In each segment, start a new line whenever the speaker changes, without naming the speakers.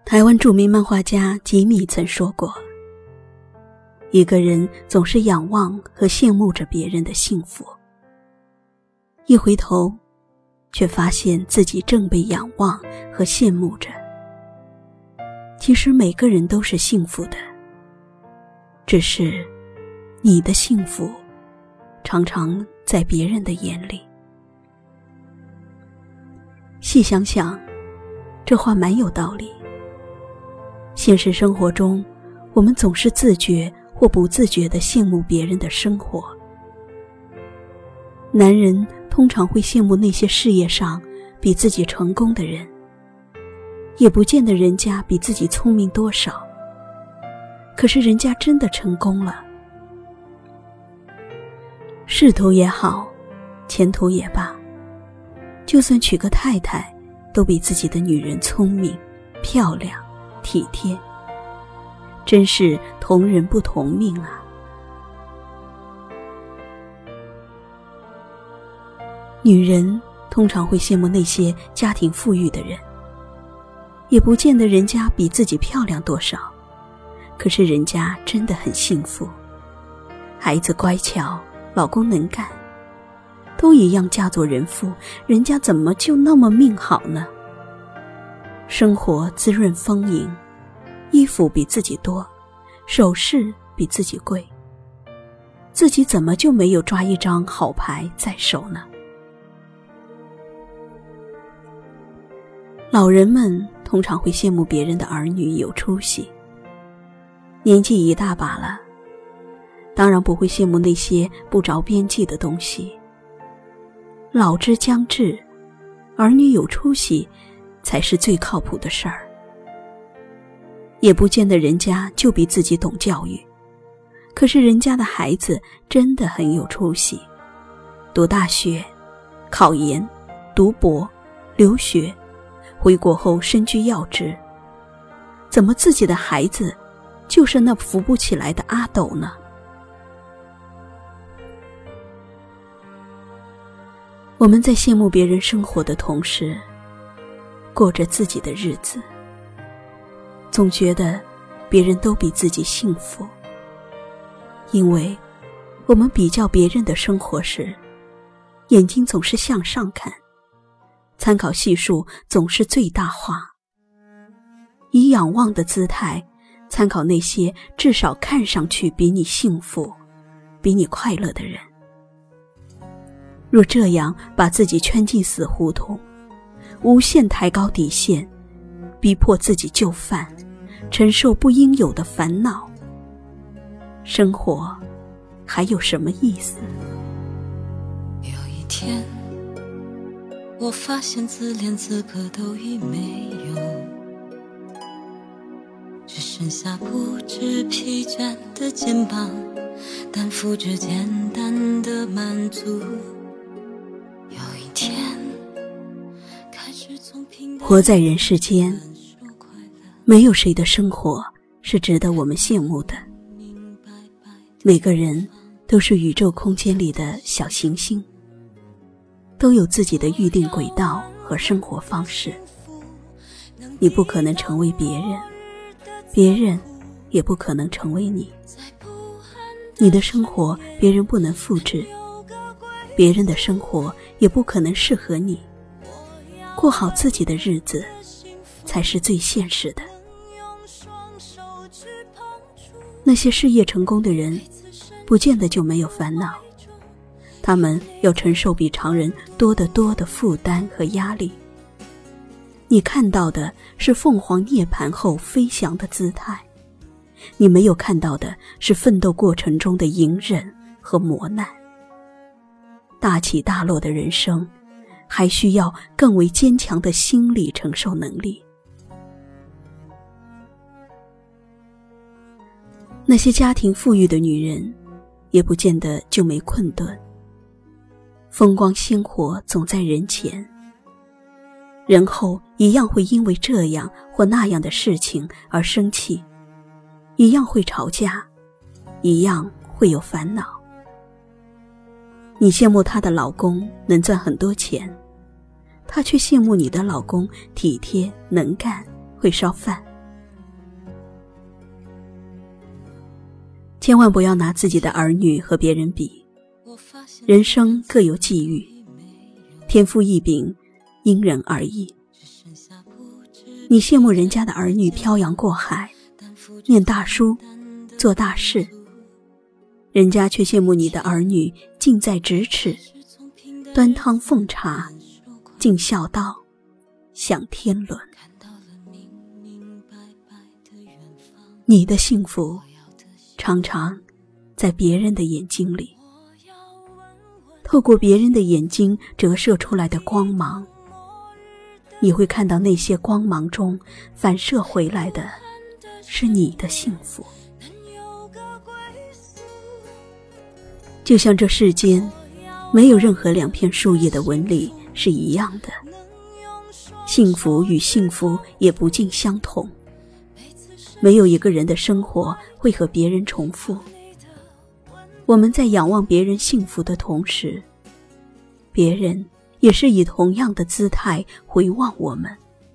台湾著名漫画家吉米曾说过，一个人总是仰望和羡慕着别人的幸福，一回头却发现自己正被仰望和羡慕着。其实每个人都是幸福的，只是你的幸福常常在别人的眼里。细想想，这话蛮有道理。现实生活中，我们总是自觉或不自觉地羡慕别人的生活。男人通常会羡慕那些事业上比自己成功的人，也不见得人家比自己聪明多少，可是人家真的成功了。仕途也好，前途也罢，就算娶个太太，都比自己的女人聪明、漂亮、体贴，真是同人不同命啊。女人通常会羡慕那些家庭富裕的人，也不见得人家比自己漂亮多少，可是人家真的很幸福，孩子乖巧，老公能干，都一样嫁作人妇，人家怎么就那么命好呢？生活滋润丰盈，衣服比自己多，首饰比自己贵，自己怎么就没有抓一张好牌在手呢？老人们通常会羡慕别人的儿女有出息，年纪一大把了，当然不会羡慕那些不着边际的东西。老之将至，儿女有出息才是最靠谱的事儿。也不见得人家就比自己懂教育，可是人家的孩子真的很有出息，读大学、考研、读博、留学，回国后身居要职，怎么自己的孩子就是那扶不起来的阿斗呢？我们在羡慕别人生活的同时，过着自己的日子，总觉得别人都比自己幸福。因为我们比较别人的生活时，眼睛总是向上看，参考系数总是最大化，以仰望的姿态参考那些至少看上去比你幸福、比你快乐的人。若这样把自己圈进死胡同，无限抬高底线，逼迫自己就范，承受不应有的烦恼，生活还有什么意思？
有一天，我发现自怜资格都已没有，只剩下不知疲倦的肩膀，担负着简单的满足。有一天，开始从平淡
活在人世间，没有谁的生活是值得我们羡慕的。每个人都是宇宙空间里的小行星，都有自己的预定轨道和生活方式。你不可能成为别人，别人也不可能成为你。你的生活别人不能复制，别人的生活也不可能适合你。过好自己的日子才是最现实的。那些事业成功的人不见得就没有烦恼，他们要承受比常人多得多的负担和压力。你看到的是凤凰涅槃后飞翔的姿态，你没有看到的是奋斗过程中的隐忍和磨难。大起大落的人生，还需要更为坚强的心理承受能力。那些家庭富裕的女人，也不见得就没困顿。风光鲜活总在人前，人后一样会因为这样或那样的事情而生气，一样会吵架，一样会有烦恼。你羡慕她的老公能赚很多钱，她却羡慕你的老公体贴能干，会烧饭。 千万不要拿自己的儿女和别人比，人生各有际遇，天赋异禀，因人而异。你羡慕人家的儿女漂洋过海，念大书，做大事，人家却羡慕你的儿女近在咫尺，端汤奉茶，尽孝道，享天伦。你的幸福常常在别人的眼睛里，透过别人的眼睛折射出来的光芒，你会看到那些光芒中反射回来的是你的幸福。就像这世间没有任何两片树叶的纹理是一样的，幸福与幸福也不尽相同，没有一个人的生活会和别人重复。我们在仰望别人幸福的同时，别人也是以同样的姿态回望我们。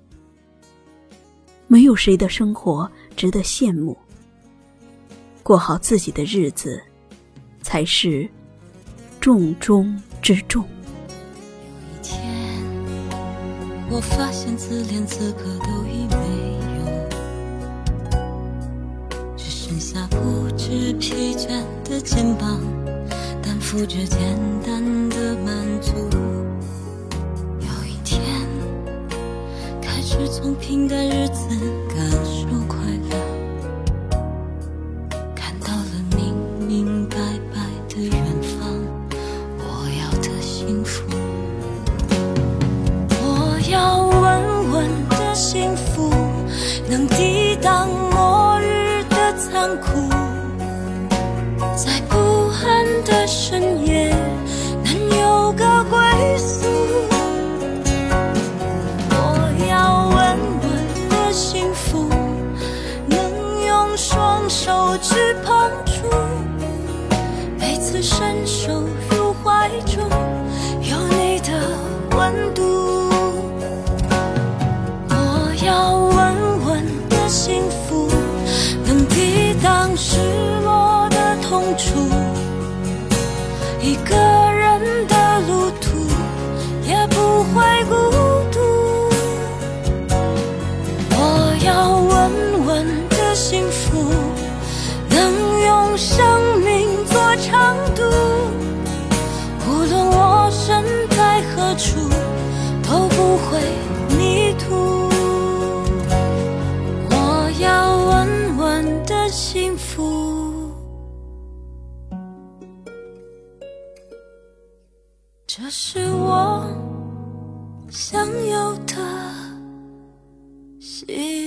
没有谁的生活值得羡慕，过好自己的日子才是重中之重。
有一天，我发现自怜资格都已没有，只剩下不知疲倦的肩膀，担负着简单的满足。有一天，开始从平淡日子感受快乐，看到了明明白白的远方，我要的幸福。我要稳稳的幸福，能抵挡末日的残酷，在不安的深夜能有个归宿。我要稳稳的幸福，能用双手去碰触，每次伸手入怀中有你的温度。我要稳稳的幸福，能抵挡失落的痛楚，一个人的路途也不会孤独。我要稳稳的幸福，能用生命做长度，无论我身在何处都不会迷途。我要稳稳的幸福，这是我想有的幸福。